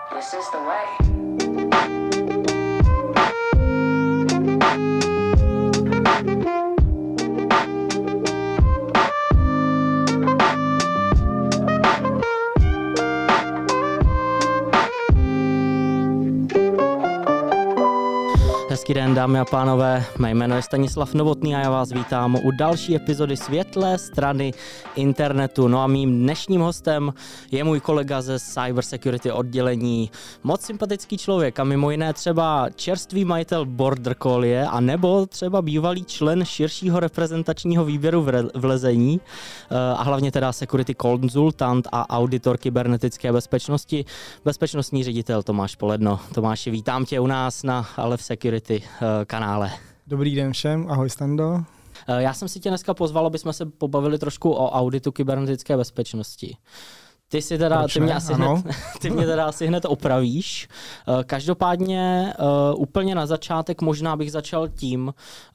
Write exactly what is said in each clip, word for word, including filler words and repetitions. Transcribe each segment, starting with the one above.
This is the way. Hezký den, dámy a pánové, mé jméno je Stanislav Novotný a já vás vítám u další epizody Světlé strany internetu. No a mým dnešním hostem je můj kolega ze Cyber Security oddělení, moc sympatický člověk a mimo jiné třeba čerstvý majitel Border Collie a nebo třeba bývalý člen širšího reprezentačního výběru v lezení a hlavně teda security konzultant a auditor kybernetické bezpečnosti, bezpečnostní ředitel Tomáš Poledno. Tomáši, vítám tě u nás na Alev Security kanále. Dobrý den všem, ahoj Stando. Já jsem si tě dneska pozval, aby jsme se pobavili trošku o auditu kybernetické bezpečnosti. Ty si teda, ty mě, asi hned, ty mě teda asi hned opravíš. Každopádně úplně na začátek možná bych začal tím,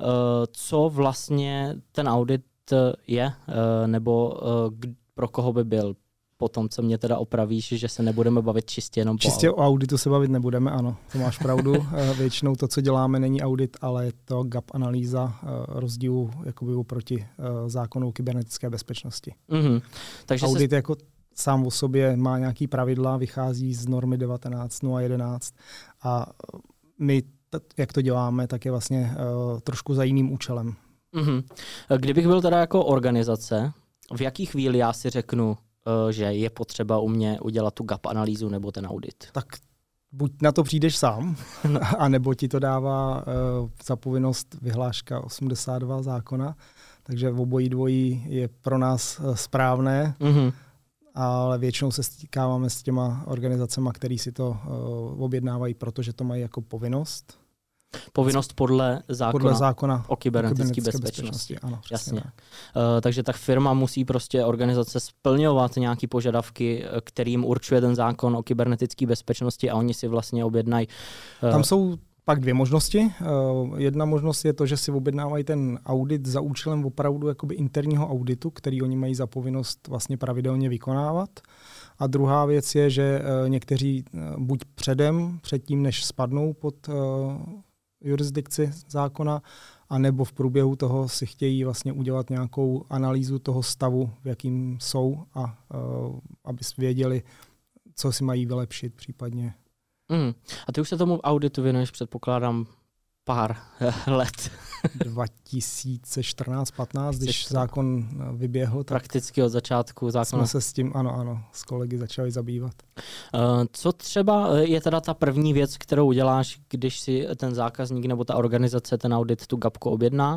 co vlastně ten audit je, nebo pro koho by byl. Po tom, co mě teda opravíš, že se nebudeme bavit čistě jenom čistě po o auditu se bavit nebudeme, ano, to máš pravdu. Většinou to, co děláme, není audit, ale je to gap analýza rozdílu jakoby oproti zákonu kybernetické bezpečnosti. Mm-hmm. Takže audit se... jako sám o sobě má nějaký pravidla, vychází z normy devatenáct nula jedenáct a my, jak to děláme, tak je vlastně trošku za jiným účelem. Mm-hmm. Kdybych byl teda jako organizace, v jaký chvíli já si řeknu, že je potřeba u mě udělat tu gap analýzu nebo ten audit? Tak buď na to přijdeš sám, anebo ti to dává uh, za povinnost vyhláška osmdesát dva zákona, takže v obojí dvojí je pro nás uh, správné, mm-hmm. ale většinou se stýkáváme s těma organizacemi, které si to uh, objednávají, protože to mají jako povinnost. Povinnost podle zákona, podle zákona o kybernetické bezpečnosti. bezpečnosti. Ano, jasně. Uh, takže ta firma musí prostě organizace splňovat nějaké požadavky, kterým určuje ten zákon o kybernetické bezpečnosti a oni si vlastně objednají. Uh, Tam jsou pak dvě možnosti. Uh, jedna možnost je to, že si objednávají ten audit za účelem opravdu jakoby interního auditu, který oni mají za povinnost vlastně pravidelně vykonávat. A druhá věc je, že uh, někteří uh, buď předem, předtím, než spadnou pod uh, jurisdikci zákona, anebo v průběhu toho si chtějí vlastně udělat nějakou analýzu toho stavu, v jakým jsou, a uh, aby věděli, co si mají vylepšit případně. Mm. A ty už se tomu auditu věnuješ, předpokládám, pár let. dva tisíce čtrnáct patnáct, když zákon vyběhl. Tak prakticky od začátku zákona. Jsme se s tím, ano, ano, s kolegy začali zabývat. Uh, co třeba je teda ta první věc, kterou uděláš, když si ten zákazník nebo ta organizace ten audit, tu gapku objedná? Uh,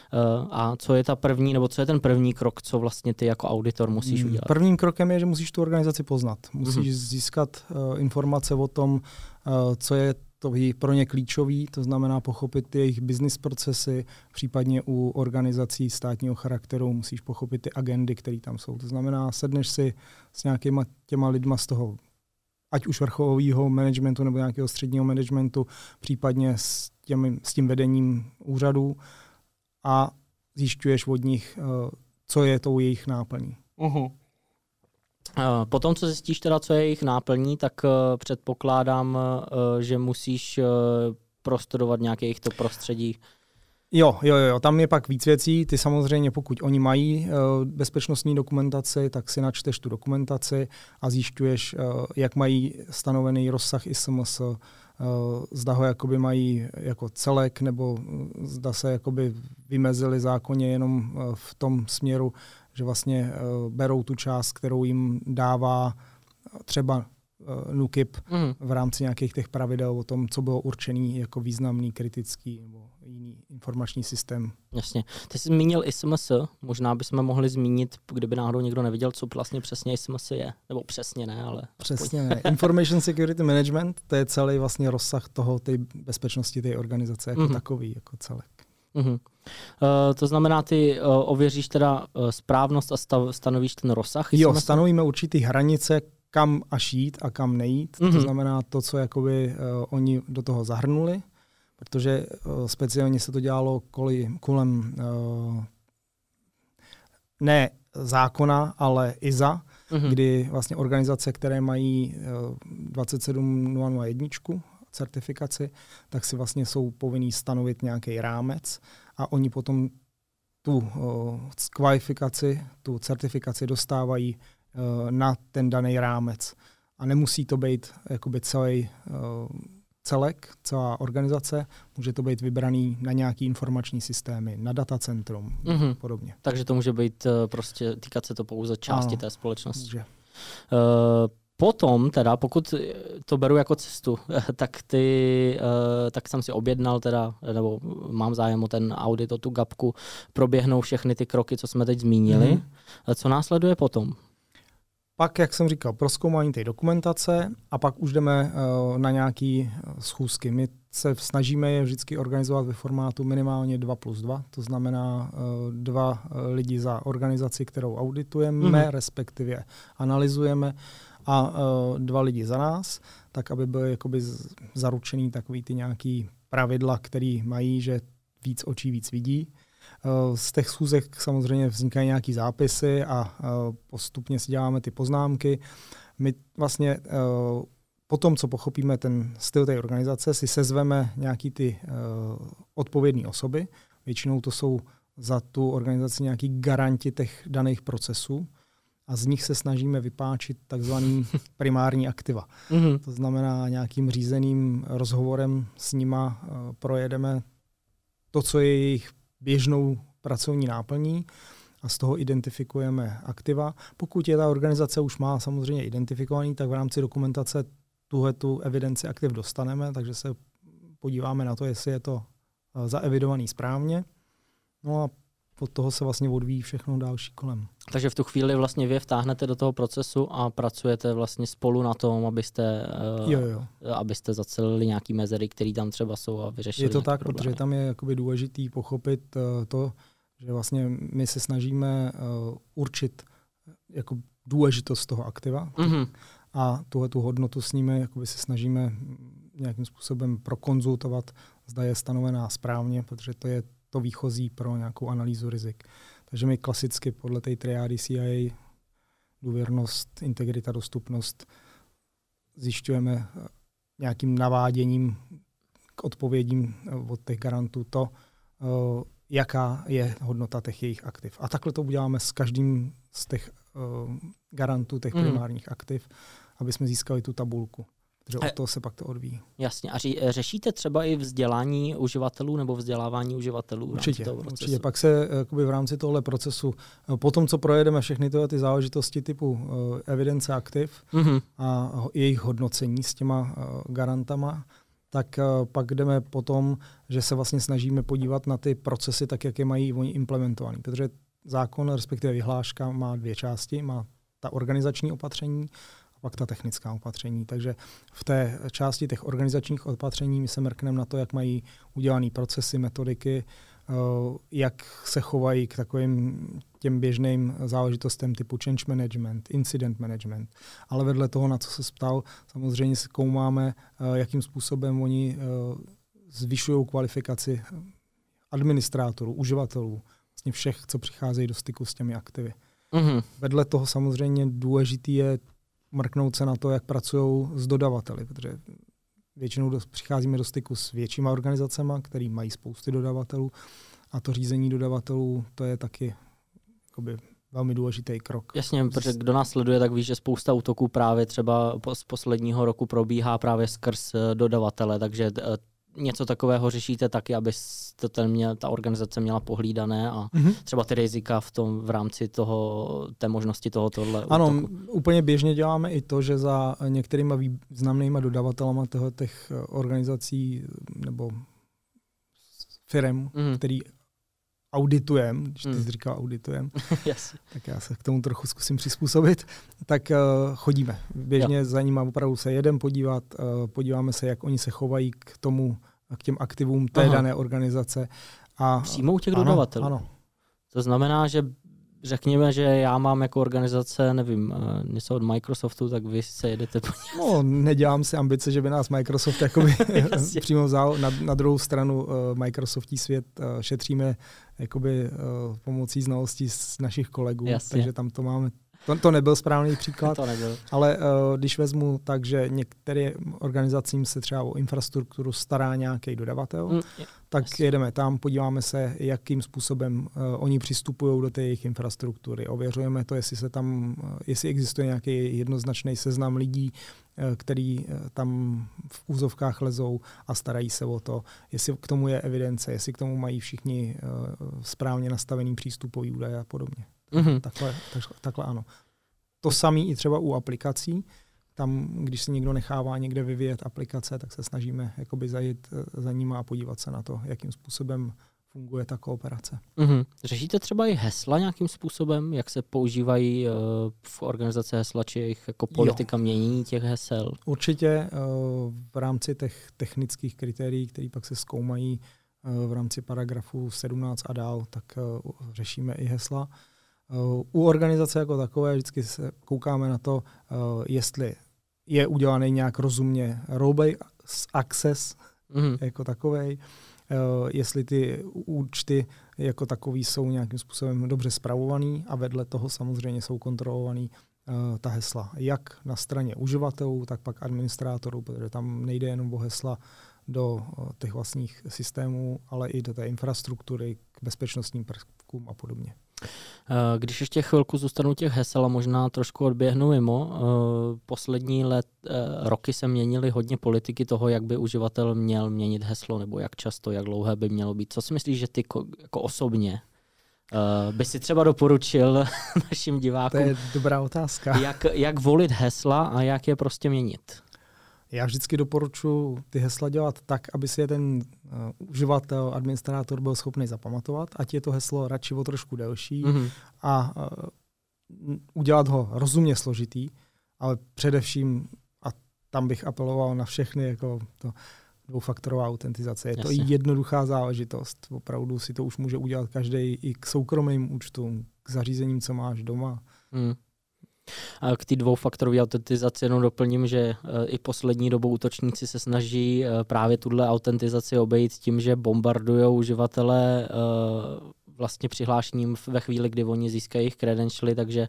a co je ta první, nebo co je ten první krok, co vlastně ty jako auditor musíš udělat? Prvním krokem je, že musíš tu organizaci poznat. Musíš mm-hmm. získat uh, informace o tom, uh, co je to je pro ně klíčový, to znamená pochopit jejich business procesy, případně u organizací státního charakteru musíš pochopit ty agendy, které tam jsou. To znamená, sedneš si s nějakýma těma lidma z toho, ať už vrcholového managementu nebo nějakého středního managementu, případně s, těmi, s tím vedením úřadu a zjišťuješ od nich, co je tou jejich náplní. Uh-huh. Potom, co zjistíš teda, co je jejich náplní, tak uh, předpokládám, uh, že musíš uh, prostudovat nějaké jejich to prostředí. Jo, jo, jo, tam je pak víc věcí. Ty samozřejmě, pokud oni mají uh, bezpečnostní dokumentaci, tak si načteš tu dokumentaci a zjišťuješ, uh, jak mají stanovený rozsah I S M S, uh, zda ho jakoby mají jako celek, nebo zda se jakoby vymezili zákonně jenom uh, v tom směru, že vlastně uh, berou tu část, kterou jim dává třeba uh, NÚKIB mm. v rámci nějakých těch pravidel o tom, co bylo určený jako významný, kritický nebo jiný informační systém. Jasně. Ty jsi zmínil I S M S, možná bychom mohli zmínit, kdyby náhodou někdo neviděl, co vlastně přesně I S M S je. Nebo přesně ne, ale... Přesně ne. Information Security Management, to je celý vlastně rozsah toho, té bezpečnosti té organizace jako mm. takový, jako celek. Uh-huh. Uh, to znamená, ty uh, ověříš teda uh, správnost a stav, stanovíš ten rozsah? Jo, stanovíme určitý hranice, kam až jít a kam nejít. Uh-huh. To znamená to, co jakoby uh, oni do toho zahrnuli, protože uh, speciálně se to dělalo kvůli, kolem uh, ne zákona, ale I S A, mm-hmm. kdy vlastně organizace, které mají dvacet sedm nula nula jedna certifikaci, tak si vlastně jsou povinní stanovit nějaký rámec a oni potom tu uh, kvalifikaci, tu certifikaci dostávají uh, na ten daný rámec. A nemusí to být jakoby celý uh, celek, celá organizace, může to být vybraný na nějaký informační systémy, na datacentrum a mm-hmm. podobně. Takže to může být uh, prostě, týkat se to pouze části ano, té společnosti. Může. Uh, Potom teda, pokud to beru jako cestu, tak ty, tak jsem si objednal teda, nebo mám zájem o ten audit, o tu gapku, proběhnou všechny ty kroky, co jsme teď zmínili. Mm-hmm. Co následuje potom? Pak, jak jsem říkal, prozkoumání té dokumentace a pak už jdeme na nějaké schůzky. My se snažíme je vždycky organizovat ve formátu minimálně dva plus dva, to znamená dva lidi za organizaci, kterou auditujeme, mm-hmm. respektive analyzujeme, a uh, dva lidi za nás, tak aby byly jakoby zaručený takový ty nějaký pravidla, který mají, že víc očí víc vidí. Uh, z těch schůzek samozřejmě vznikají nějaký zápisy a uh, postupně si děláme ty poznámky. My vlastně uh, po tom, co pochopíme ten styl té organizace, si sezveme nějaký ty uh, odpovědné osoby. Většinou to jsou za tu organizaci nějaký garanti těch daných procesů. A z nich se snažíme vypáčit takzvaný primární aktiva. Mm-hmm. To znamená, nějakým řízeným rozhovorem s nima uh, projedeme to, co je jejich běžnou pracovní náplní a z toho identifikujeme aktiva. Pokud je ta organizace už má samozřejmě identifikovaný, tak v rámci dokumentace tuhletu evidenci aktiv dostaneme, takže se podíváme na to, jestli je to uh, zaevidovaný správně. No a od toho se vlastně odvíjí všechno další kolem. Takže v tu chvíli vlastně vy vtáhnete do toho procesu a pracujete vlastně spolu na tom, abyste, jo, jo. abyste zacelili nějaký mezery, které tam třeba jsou a vyřešili. Je to tak, problémy. Protože tam je jakoby důležitý pochopit uh, to, že vlastně my se snažíme uh, určit jako důležitost toho aktiva mm-hmm. a tuhle tu hodnotu s nimi jakoby se snažíme nějakým způsobem prokonzultovat, zda je stanovená správně, protože to je to výchozí pro nějakou analýzu rizik. Takže my klasicky podle té triády C I A, důvěrnost, integrita, dostupnost, zjišťujeme nějakým naváděním k odpovědím od těch garantů to, jaká je hodnota těch jejich aktiv. A takhle to uděláme s každým z těch garantů, těch primárních mm. aktiv, aby jsme získali tu tabulku. Protože od toho se pak to odvíjí. Jasně. A řešíte třeba i vzdělání uživatelů nebo vzdělávání uživatelů? Určitě. Určitě. Pak se jakoby v rámci tohle procesu, po tom, co projedeme všechny tyhle ty záležitosti typu uh, evidence aktiv mm-hmm. a jejich hodnocení s těma uh, garantama, tak uh, pak jdeme po tom, že se vlastně snažíme podívat na ty procesy tak, jak je mají oni implementovaný. Protože zákon, respektive vyhláška, má dvě části. Má ta organizační opatření, pak ta technická opatření. Takže v té části těch organizačních opatření my se mrkneme na to, jak mají udělané procesy, metodiky, jak se chovají k takovým těm běžným záležitostem typu change management, incident management. Ale vedle toho, na co se ptal, samozřejmě zkoumáme, jakým způsobem oni zvyšují kvalifikaci administrátorů, uživatelů, vlastně všech, co přicházejí do styku s těmi aktivy. Mm-hmm. Vedle toho samozřejmě důležitý je mrknout se na to, jak pracují s dodavateli, protože většinou do, přicházíme do styku s většíma organizacemi, které mají spousty dodavatelů a to řízení dodavatelů, to je taky jakoby velmi důležitý krok. Jasně, protože kdo nás sleduje, tak ví, že spousta útoků právě třeba z posledního roku probíhá právě skrz dodavatele, takže něco takového řešíte taky, aby to ten měl, ta organizace měla pohlídané a mm-hmm. třeba ty rizika v tom v rámci toho, té možnosti toho tohle Ano, útoku. Úplně běžně děláme i to, že za některýma významnýma dodavatelama těch organizací nebo firem, mm-hmm. který auditujeme, když ty mm. jsi říkal auditujeme, yes. tak já se k tomu trochu zkusím přizpůsobit, tak uh, chodíme. Běžně jo. za nima opravdu se jedem podívat, uh, podíváme se, jak oni se chovají k tomu, k těm aktivům té Aha. dané organizace. A, Přijmou těch ano, dodavatelů. Ano. To znamená, že řekněme, že já mám jako organizace, nevím, něco od Microsoftu, tak vy se jedete po No, nedělám si ambice, že by nás Microsoft jakoby přímo vzal. Na, na druhou stranu uh, Microsoftí svět uh, šetříme jakoby uh, pomocí znalostí z našich kolegů, Jasně. takže tam to máme. To, to nebyl správný příklad, to nebyl. Ale uh, když vezmu tak, že některé organizacím se třeba o infrastrukturu stará nějaký dodavatel, mm, tak yes. jedeme tam, podíváme se, jakým způsobem uh, oni přistupují do té jejich infrastruktury. Ověřujeme to, jestli se tam, uh, jestli existuje nějaký jednoznačný seznam lidí, uh, který uh, tam v úzovkách lezou a starají se o to, jestli k tomu je evidence, jestli k tomu mají všichni uh, správně nastavený přístupový údaje a podobně. Mm-hmm. Takhle, takhle, takhle ano. To samé i třeba u aplikací. Tam, když si někdo nechává někde vyvíjet aplikace, tak se snažíme jakoby zajít za nima a podívat se na to, jakým způsobem funguje ta kooperace. Mm-hmm. Řešíte třeba i hesla nějakým způsobem? Jak se používají uh, v organizaci hesla, či jejich jako politika jo. mění těch hesel? Určitě uh, v rámci těch technických kritérií, které pak se zkoumají uh, v rámci paragrafu sedmnáct a dál, tak uh, řešíme i hesla. U organizace jako takové vždycky se koukáme na to, jestli je udělaný nějak rozumně role-based access mm. jako takovej, jestli ty účty jako takový jsou nějakým způsobem dobře spravovaný a vedle toho samozřejmě jsou kontrolovaný ta hesla. Jak na straně uživatelů, tak pak administrátorů, protože tam nejde jenom o hesla do těch vlastních systémů, ale i do té infrastruktury, k bezpečnostním prvkům a podobně. Když ještě chvilku zůstanu těch hesel a možná trošku odběhnu mimo, poslední let, roky se měnily hodně politiky toho, jak by uživatel měl měnit heslo, nebo jak často, jak dlouhé by mělo být. Co si myslíš, že ty jako osobně by si třeba doporučil našim divákům? To je dobrá otázka. Jak, jak volit hesla a jak je prostě měnit? Já vždycky doporučuji ty hesla dělat tak, aby si je ten uh, uživatel, administrátor byl schopný zapamatovat, ať je to heslo radši o trošku delší mm-hmm. a uh, udělat ho rozumně složitý, ale především, a tam bych apeloval na všechny, jako to dvoufaktorová autentizace. Je Jasně. to i jednoduchá záležitost. Opravdu si to už může udělat každý i k soukromým účtům, k zařízením, co máš doma. Mm. A k té dvoufaktorové autentizaci jenom doplním, že i poslední dobou útočníci se snaží právě tuhle autentizaci obejít tím, že bombardují uživatele vlastně přihlášením ve chvíli, kdy oni získají jejich credentialy, takže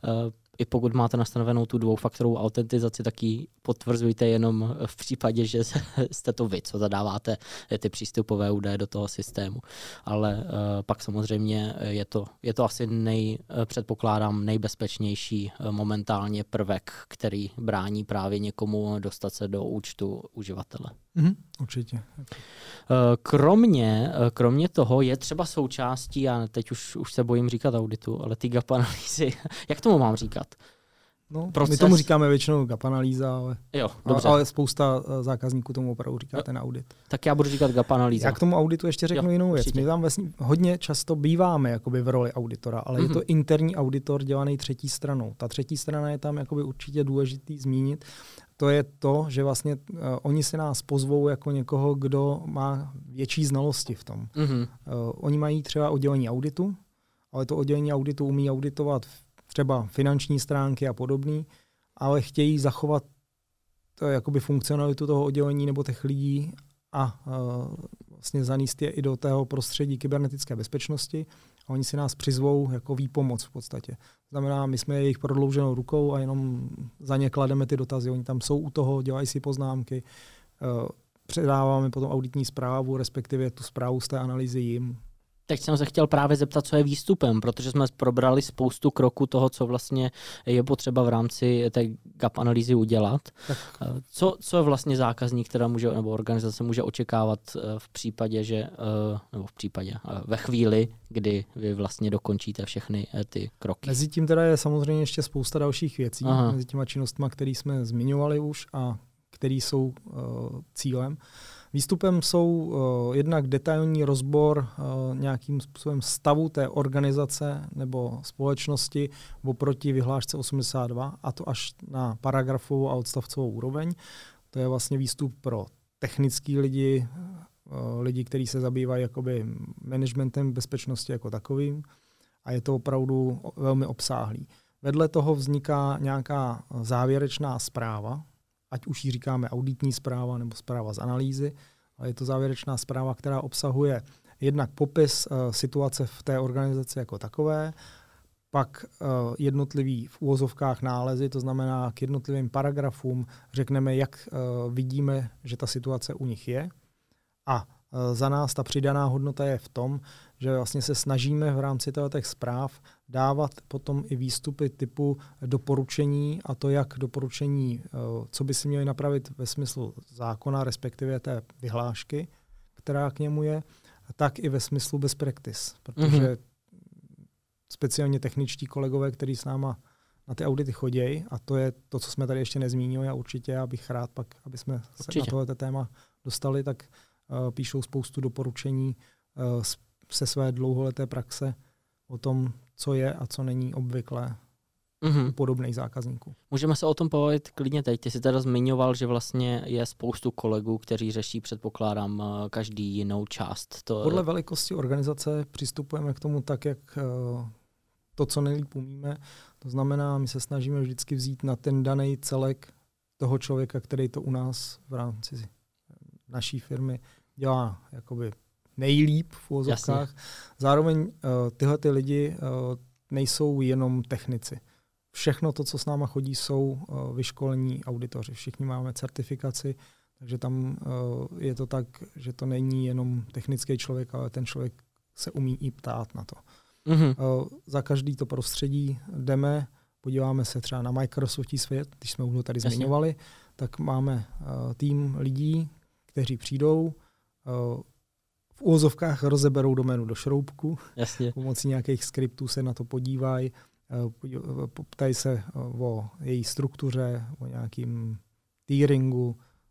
i pokud máte nastavenou tu dvoufaktorovou autentizaci, tak ji potvrzujte jenom v případě, že jste to vy, co zadáváte ty přístupové údaje do toho systému. Ale uh, pak samozřejmě je to, je to asi nej, předpokládám, nejbezpečnější momentálně prvek, který brání právě někomu dostat se do účtu uživatele. Mm, určitě. Kromě, kromě toho je třeba součástí, já teď už, už se bojím říkat auditu, ale ty gap analýzy, jak tomu mám říkat? No, Proces... My tomu říkáme většinou gap analýza, ale, jo, dobře. ale spousta zákazníků tomu opravdu říká ten audit. Tak já budu říkat gap analýza. Já k tomu auditu ještě řeknu jo, jinou věc. Určitě. My tam vlastně hodně často býváme jakoby v roli auditora, ale mm-hmm. je to interní auditor dělaný třetí stranou. Ta třetí strana je tam jakoby určitě důležitý zmínit. To je to, že vlastně uh, oni si nás pozvou jako někoho, kdo má větší znalosti v tom. Mm-hmm. Uh, oni mají třeba oddělení auditu, ale to oddělení auditu umí auditovat třeba finanční stránky a podobný, ale chtějí zachovat to, jakoby funkcionalitu toho oddělení nebo těch lidí a uh, vlastně zanést je i do tého prostředí kybernetické bezpečnosti. A oni si nás přizvou jako výpomoc v podstatě. Znamená, my jsme jejich prodlouženou rukou a jenom za ně klademe ty dotazy. Oni tam jsou u toho, dělají si poznámky, uh, předáváme potom auditní zprávu, respektive tu zprávu z té analýzy jim. Teď jsem se chtěl právě zeptat, co je výstupem, protože jsme probrali spoustu kroků toho, co vlastně je potřeba v rámci té gap analýzy udělat. Tak. Co, co vlastně zákazník teda může, nebo organizace může očekávat v případě, že, nebo v případě, ve chvíli, kdy vy vlastně dokončíte všechny ty kroky? Mezi tím teda je samozřejmě ještě spousta dalších věcí, Aha. mezi těma činnostma, které jsme zmiňovali už a které jsou uh, cílem. Výstupem jsou uh, jednak detailní rozbor uh, nějakým způsobem stavu té organizace nebo společnosti oproti vyhlášce osmdesát dva, a to až na paragrafovou a odstavcovou úroveň. To je vlastně výstup pro technický lidi, uh, lidi, kteří se zabývají jakoby managementem bezpečnosti jako takovým. a je to opravdu velmi obsáhlý. Vedle toho vzniká nějaká závěrečná zpráva, ať už ji říkáme auditní zpráva nebo zpráva z analýzy, ale je to závěrečná zpráva, která obsahuje jednak popis uh, situace v té organizaci jako takové, pak uh, jednotlivý v úvozovkách nálezy, to znamená k jednotlivým paragrafům řekneme, jak uh, vidíme, že ta situace u nich je. A uh, za nás ta přidaná hodnota je v tom, že vlastně se snažíme v rámci těch zpráv dávat potom i výstupy typu doporučení, a to jak doporučení, uh, co by si měli napravit ve smyslu zákona, respektive té vyhlášky, která k němu je, tak i ve smyslu best practice, protože mm-hmm. speciálně techničtí kolegové, kteří s náma na ty audity chodí, a to je to, co jsme tady ještě nezmínili, a určitě já bych rád pak, aby jsme určitě se na tohleto téma dostali, tak uh, píšou spoustu doporučení uh, se své dlouholeté praxe o tom, co je a co není obvyklé mm-hmm. u podobných zákazníků. Můžeme se o tom povědět klidně teď. Ty jsi teda zmiňoval, že vlastně je spoustu kolegů, kteří řeší, předpokládám, každý jinou část. To... Podle velikosti organizace přistupujeme k tomu tak, jak uh, to, co nejlíp umíme. To znamená, my se snažíme vždycky vzít na ten daný celek toho člověka, který to u nás v rámci naší firmy dělá jakoby nejlíp v uvozovkách. Zároveň uh, tyhle ty lidi uh, nejsou jenom technici. Všechno to, co s náma chodí, jsou uh, vyškolení auditoři. Všichni máme certifikaci, takže tam uh, je to tak, že to není jenom technický člověk, ale ten člověk se umí i ptát na to. Mm-hmm. Uh, za každý to prostředí jdeme, podíváme se třeba na Microsoftí svět, když jsme už ho tady Jasně. zmiňovali, tak máme uh, tým lidí, kteří přijdou, uh, v úvozovkách rozeberou doménu do šroubku, Jasně. pomocí nějakých skriptů se na to podívají, ptají se o její struktuře, o nějakým tieringu.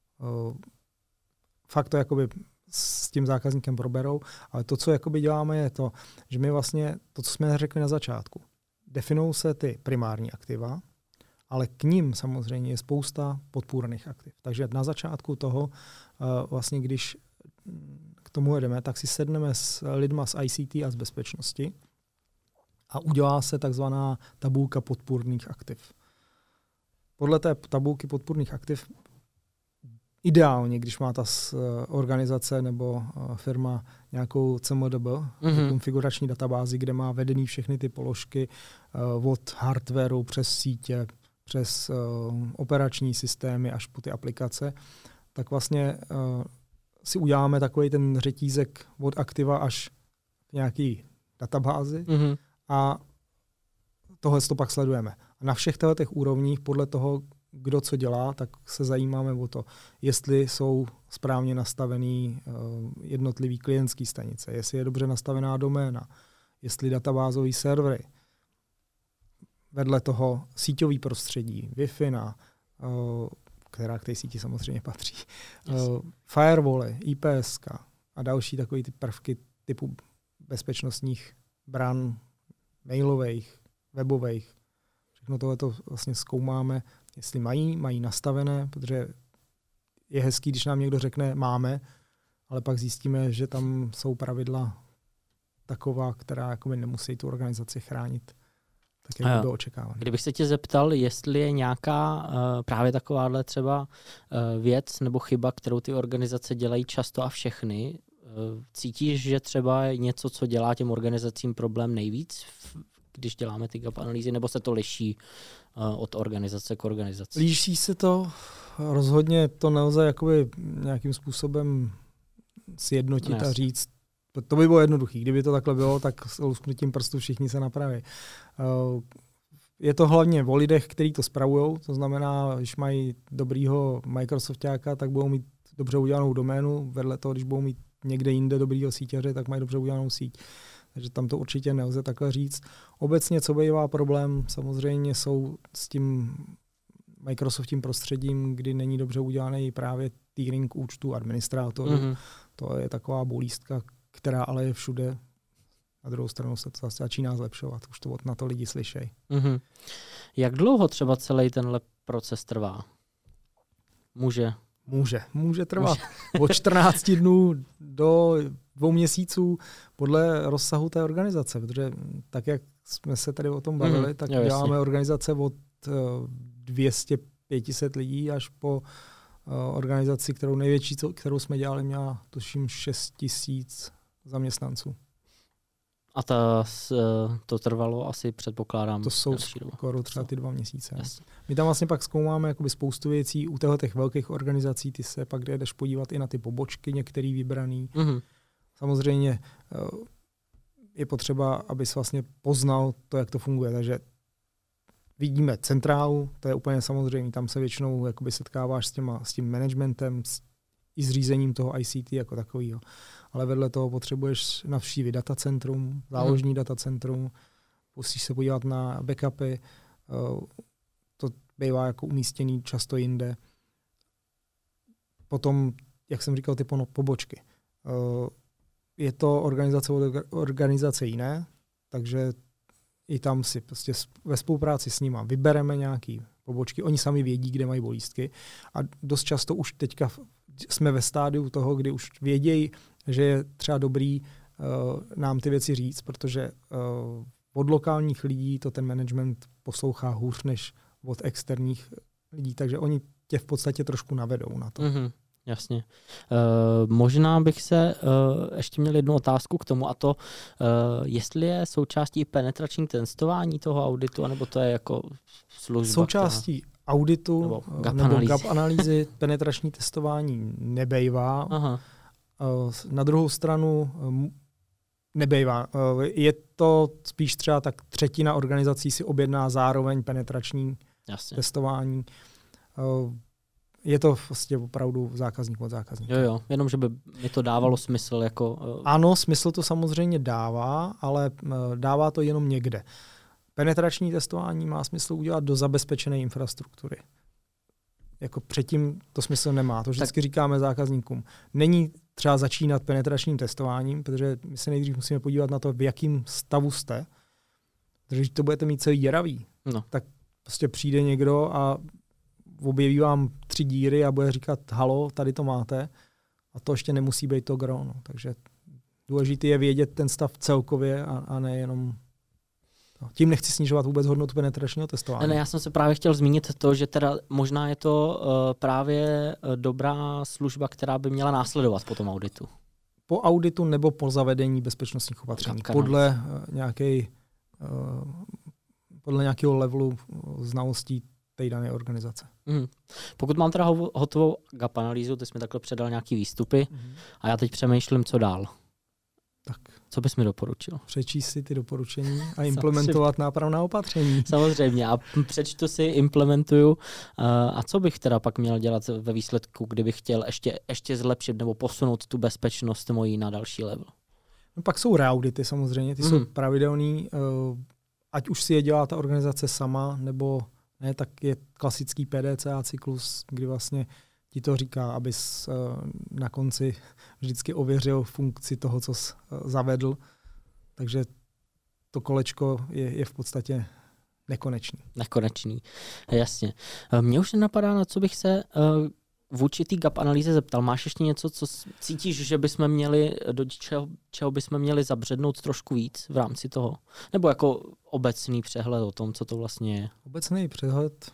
Fakt to jakoby s tím zákazníkem proberou, ale to, co jakoby děláme, je to, že my vlastně, to, co jsme řekli na začátku, definují se ty primární aktiva, ale k ním samozřejmě je spousta podpůrných aktiv. Takže na začátku toho, vlastně když k tomu jdeme, tak si sedneme s lidma z I C T a z bezpečnosti a udělá se takzvaná tabulka podpůrných aktiv. Podle té tabulky podpůrných aktiv ideálně, když má ta organizace nebo firma nějakou C M D B, mm-hmm. konfigurační databázi, kde má vedený všechny ty položky od hardwareu přes sítě, přes operační systémy až po ty aplikace, tak vlastně si uděláme takový ten řetízek od aktiva až k nějaký databázi mm-hmm. a tohle to pak sledujeme. A na všech těch úrovních podle toho, kdo co dělá, tak se zajímáme o to, jestli jsou správně nastavený uh, jednotlivý klientský stanice, jestli je dobře nastavená doména, jestli databázový servery, vedle toho síťový prostředí, Wi-Fi, uh, která k té síti samozřejmě patří, yes. uh, firewally, I P S a další takové ty prvky typu bezpečnostních bran, mailových, webových. Všechno tohleto vlastně zkoumáme, jestli mají, mají nastavené, protože je hezký, když nám někdo řekne máme, ale pak zjistíme, že tam jsou pravidla taková, která jakoby nemusí tu organizaci chránit. Tak jak bylo očekávané. Kdybych se tě zeptal, jestli je nějaká uh, právě takováhle třeba uh, věc nebo chyba, kterou ty organizace dělají často a všechny, uh, cítíš, že třeba je něco, co dělá těm organizacím problém nejvíc, když děláme ty gap analýzy, nebo se to liší uh, od organizace k organizaci? Líší se to, rozhodně to nelze jakoby nějakým způsobem sjednotit Nes. a říct. To by bylo jednoduché. Kdyby to takhle bylo, tak s lusknutím prstu všichni se napraví. Je to hlavně o lidech, kteří to spravujou, to znamená, když mají dobrýho Microsoftáka, tak budou mít dobře udělanou doménu, vedle toho, když budou mít někde jinde dobrýho síťaře, tak mají dobře udělanou síť. Takže tam to určitě nelze takhle říct. Obecně, co bývá problém, samozřejmě jsou s tím Microsoftím prostředím, kdy není dobře udělaný právě tiering účtu administrátorů. Mm-hmm. To je taková bolístka, která ale je všude. Na druhou stranu se to zase začíná zlepšovat. Už to na to lidi slyšejí. Mm-hmm. Jak dlouho třeba celý tenhle proces trvá? Může? Může. Může trvat od čtrnácti dnů do dvou měsíců podle rozsahu té organizace, protože tak, jak jsme se tady o tom bavili, mm, tak jo, děláme jasně. organizace od dvě stě pět set lidí až po uh, organizaci, kterou největší, kterou jsme dělali, měla tuším šest tisíc zaměstnanců. A ta, to trvalo asi, předpokládám, to jsou skoro třeba ty dva měsíce. Yes. My tam vlastně pak zkoumáme jakoby spoustu věcí. U těch velkých organizací ty se pak jdeš podívat i na ty pobočky, některý vybraný. Mm-hmm. Samozřejmě je potřeba, abys vlastně poznal to, jak to funguje. Takže vidíme centrálu, to je úplně samozřejmě, tam se většinou jakoby setkáváš s, těma, s tím managementem, s, i s řízením toho I C T jako takového. Ale vedle toho potřebuješ navštívit datacentrum, záložní hmm. datacentrum, musíš se podívat na backupy, to bývá jako umístěný často jinde. Potom, jak jsem říkal, ty pobočky. Je to organizace od organizace jiné, takže i tam si prostě ve spolupráci s nima vybereme nějaký pobočky. Oni sami vědí, kde mají bolístky a dost často už teďka jsme ve stádiu toho, kdy už vědějí, že je třeba dobrý uh, nám ty věci říct, protože uh, od lokálních lidí to ten management poslouchá hůř než od externích lidí, takže oni tě v podstatě trošku navedou na to. Mm-hmm. Jasně. Uh, možná bych se uh, ještě měl jednu otázku k tomu, a to, uh, jestli je součástí penetrační testování toho auditu, anebo to je jako služba. Součástí která... auditu nebo gap, nebo analýzy. gap analýzy penetrační testování nebejvá. Aha. Uh, na druhou stranu um, nebejvá. Uh, je to spíš třeba tak třetina organizací si objedná zároveň penetrační Jasně. testování. Uh, Je to vlastně opravdu zákazník od zákazníka. Jo, jo, jenom, že by mi to dávalo smysl. Jako, uh... Ano, smysl to samozřejmě dává, ale uh, dává to jenom někde. Penetrační testování má smysl udělat do zabezpečené infrastruktury. Jako předtím to smysl nemá. To vždycky tak... říkáme zákazníkům. Není třeba začínat penetračním testováním, protože my se nejdřív musíme podívat na to, v jakém stavu jste. Protože když to budete mít celý děravý, no. tak prostě přijde někdo a objeví vám tři díry a bude říkat halo, tady to máte. A to ještě nemusí být to gro. No. Takže důležité je vědět ten stav celkově a, a ne jenom... No. Tím nechci snižovat vůbec hodnotu penetračního testování. Ne, já jsem se právě chtěl zmínit to, že teda možná je to uh, právě dobrá služba, která by měla následovat po tom auditu. Po auditu nebo po zavedení bezpečnostních opatření. Podle, uh, nějakej, uh, podle nějakého levelu znalostí té dané organizace. Mm. Pokud mám teda ho- hotovou gap analýzu, ty jsi mi takhle předal nějaký výstupy mm. a já teď přemýšlím, co dál. Tak. Co bys mi doporučil? Přečíst si ty doporučení a implementovat nápravná opatření. Samozřejmě. A přečtu si, implementuju. A co bych teda pak měl dělat ve výsledku, kdybych chtěl ještě, ještě zlepšit nebo posunout tu bezpečnost mojí na další level? No, pak jsou reaudity samozřejmě, ty mm. jsou pravidelný. Ať už si je dělá ta organizace sama, nebo ne, tak je klasický P D C A cyklus, kdy vlastně ti to říká, abys na konci vždycky ověřil funkci toho, co jsi zavedl. Takže to kolečko je, je v podstatě nekonečný. Nekonečný, jasně. Mně už nenapadá, na co bych se v určitý gap analýze zeptal. Máš ještě něco, co cítíš, že bychom měli, do čeho, čeho bychom měli zabřednout trošku víc v rámci toho? Nebo jako obecný přehled o tom, co to vlastně je? Obecný přehled,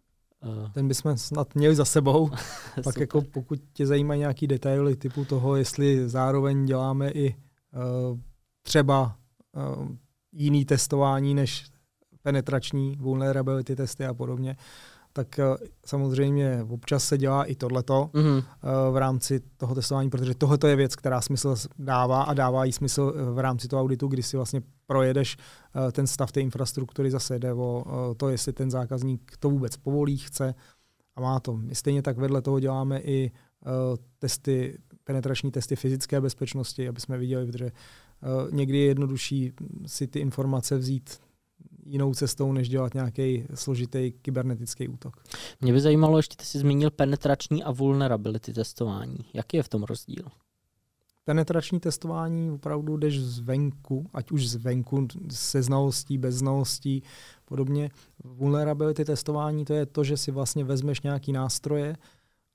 ten bychom snad měli za sebou. Pak jako pokud tě zajímají nějaký detaily typu toho, jestli zároveň děláme i uh, třeba uh, jiný testování než penetrační vulnerability testy a podobně, tak uh, samozřejmě občas se dělá i tohleto mm-hmm. uh, v rámci toho testování, protože tohleto je věc, která smysl dává a dává jí smysl v rámci toho auditu, kdy si vlastně projedeš uh, ten stav té infrastruktury, zase jde o uh, to, jestli ten zákazník to vůbec povolí, chce a má to. My stejně tak vedle toho děláme i uh, testy, penetrační testy fyzické bezpečnosti, aby jsme viděli, protože uh, někdy je jednodušší si ty informace vzít jinou cestou, než dělat nějaký složitý kybernetický útok. Mě by zajímalo, ještě ty jsi zmínil penetrační a vulnerability testování. Jaký je v tom rozdíl? Penetrační testování opravdu jdeš zvenku, ať už zvenku, se znalostí, bez znalostí, podobně. Vulnerability testování to je to, že si vlastně vezmeš nějaký nástroje a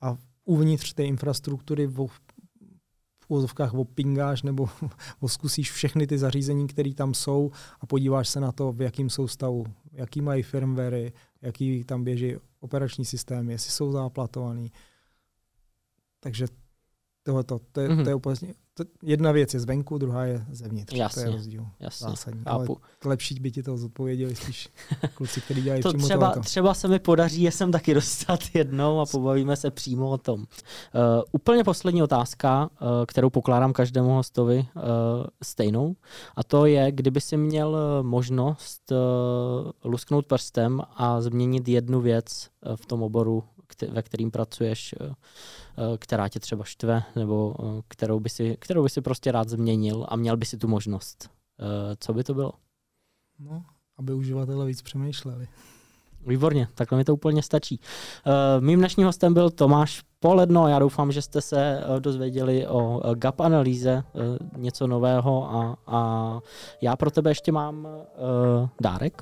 uvnitř té infrastruktury v úvozovkách opingáš nebo zkusíš všechny ty zařízení, které tam jsou a podíváš se na to, v jakým jsou stavu, jaký mají firmwary, jaký tam běží operační systémy, jestli jsou záplatovaný. Takže tohleto, to je, mm-hmm. to je úplně, to, jedna věc je zvenku, druhá je zevnitř. Jasně, to je rozdíl. Jasně, zásadní. Ale lepší by ti to zodpověděli spíš kluci, kteří dělají to přímo třeba, tohleto. třeba se mi podaří, je sem taky dostat jednou a pobavíme se přímo o tom. Uh, úplně poslední otázka, uh, kterou pokládám každému hostovi uh, stejnou, a to je, kdyby si měl možnost uh, lusknout prstem a změnit jednu věc uh, v tom oboru, ve kterým pracuješ, která tě třeba štve, nebo kterou by si, kterou by si prostě rád změnil a měl by si tu možnost. Co by to bylo? No, aby uživatelé víc přemýšleli. Výborně, takhle mi to úplně stačí. Mým dnešním hostem byl Tomáš Poledno. Já doufám, že jste se dozvěděli o gap analýze něco nového a, a já pro tebe ještě mám dárek.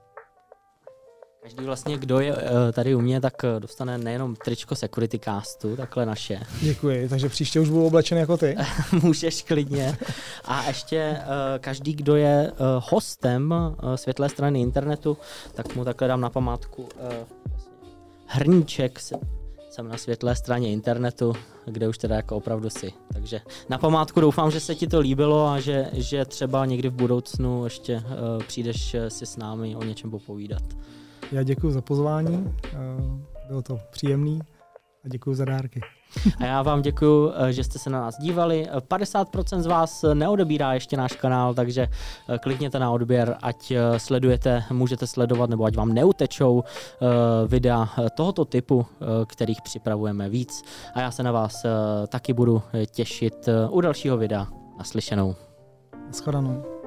Každý vlastně, kdo je tady u mě, tak dostane nejenom tričko Securitycastu, takhle naše. Děkuji, takže příště už budu oblečen jako ty. Můžeš klidně. A ještě každý, kdo je hostem Světlé strany internetu, tak mu takhle dám na památku hrníček jsem na Světlé straně internetu, kde už teda jako opravdu si. Takže na památku doufám, že se ti to líbilo a že, že třeba někdy v budoucnu ještě přijdeš si s námi o něčem popovídat. Já děkuji za pozvání, bylo to příjemný a děkuji za dárky. A já vám děkuji, že jste se na nás dívali. padesát procent z vás neodebírá ještě náš kanál, takže klikněte na odběr, ať sledujete, můžete sledovat, nebo ať vám neutečou videa tohoto typu, kterých připravujeme víc. A já se na vás taky budu těšit u dalšího videa. Naslyšenou. Nashledanou.